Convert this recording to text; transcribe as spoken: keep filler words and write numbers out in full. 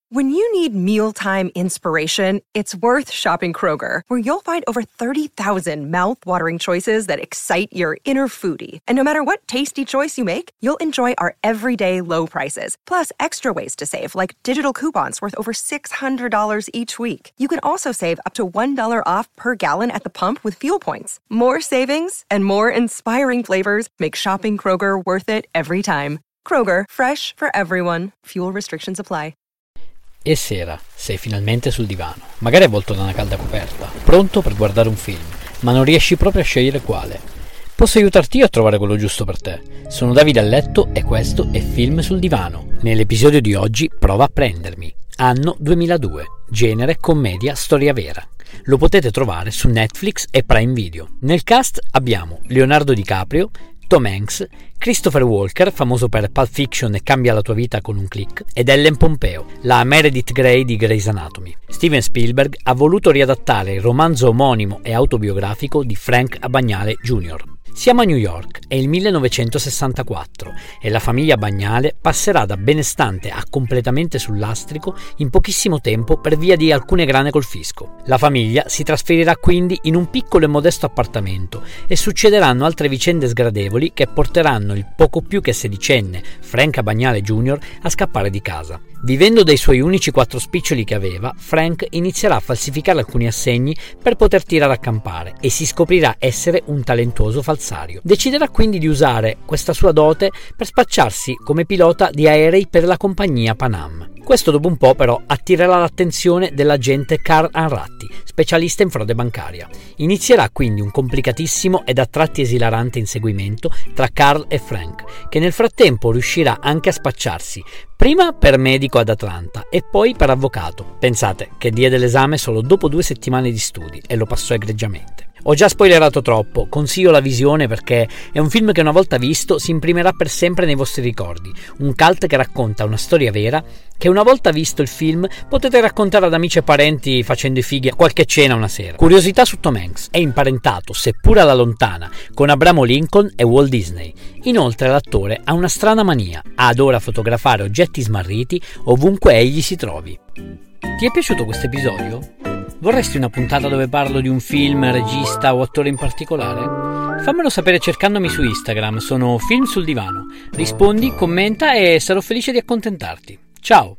When you need mealtime inspiration, it's worth shopping Kroger, where you'll find over thirty thousand mouth-watering choices that excite your inner foodie. And no matter what tasty choice you make, you'll enjoy our everyday low prices, plus extra ways to save, like digital coupons worth over six hundred dollars each week. You can also save up to one dollar off per gallon at the pump with fuel points. More savings and more inspiring flavors make shopping Kroger worth it every time. Kroger, fresh for everyone. Fuel restrictions apply. E sera, sei finalmente sul divano, magari avvolto da una calda coperta, pronto per guardare un film, ma non riesci proprio a scegliere quale. Posso aiutarti io a trovare quello giusto per te. Sono Davide a letto e questo è Film sul divano. Nell'episodio di oggi prova a prendermi. Anno duemiladue, genere commedia storia vera. Lo potete trovare su Netflix e Prime Video. Nel cast abbiamo Leonardo DiCaprio, Tom Hanks, Christopher Walker, famoso per Pulp Fiction e Cambia la tua vita con un click, ed Ellen Pompeo, la Meredith Grey di Grey's Anatomy. Steven Spielberg ha voluto riadattare il romanzo omonimo e autobiografico di Frank Abagnale junior Siamo a New York, è il millenovecentosessantaquattro e la famiglia Bagnale passerà da benestante a completamente sul lastrico in pochissimo tempo per via di alcune grane col fisco. La famiglia si trasferirà quindi in un piccolo e modesto appartamento e succederanno altre vicende sgradevoli che porteranno il poco più che sedicenne Frank Abagnale junior a scappare di casa. Vivendo dei suoi unici quattro spiccioli che aveva, Frank inizierà a falsificare alcuni assegni per poter tirare a campare e si scoprirà essere un talentuoso falsario. Deciderà quindi di usare questa sua dote per spacciarsi come pilota di aerei per la compagnia Pan Am. Questo dopo un po' però attirerà l'attenzione dell'agente Carl Anratti, specialista in frode bancaria. Inizierà quindi un complicatissimo ed a tratti esilarante inseguimento tra Carl e Frank, che nel frattempo riuscirà anche a spacciarsi, prima per medico ad Atlanta e poi per avvocato. Pensate che diede l'esame solo dopo due settimane di studi e lo passò egregiamente. Ho già spoilerato troppo, consiglio la visione perché è un film che una volta visto si imprimerà per sempre nei vostri ricordi, un cult che racconta una storia vera che una volta visto il film potete raccontare ad amici e parenti facendo i fighi a qualche cena una sera. Curiosità su Tom Hanks: è imparentato, seppur alla lontana, con Abramo Lincoln e Walt Disney. Inoltre l'attore ha una strana mania, adora fotografare oggetti smarriti ovunque egli si trovi. Ti è piaciuto questo episodio? Vorresti una puntata dove parlo di un film, regista o attore in particolare? Fammelo sapere cercandomi su Instagram, sono Film sul Divano. Rispondi, commenta e sarò felice di accontentarti. Ciao!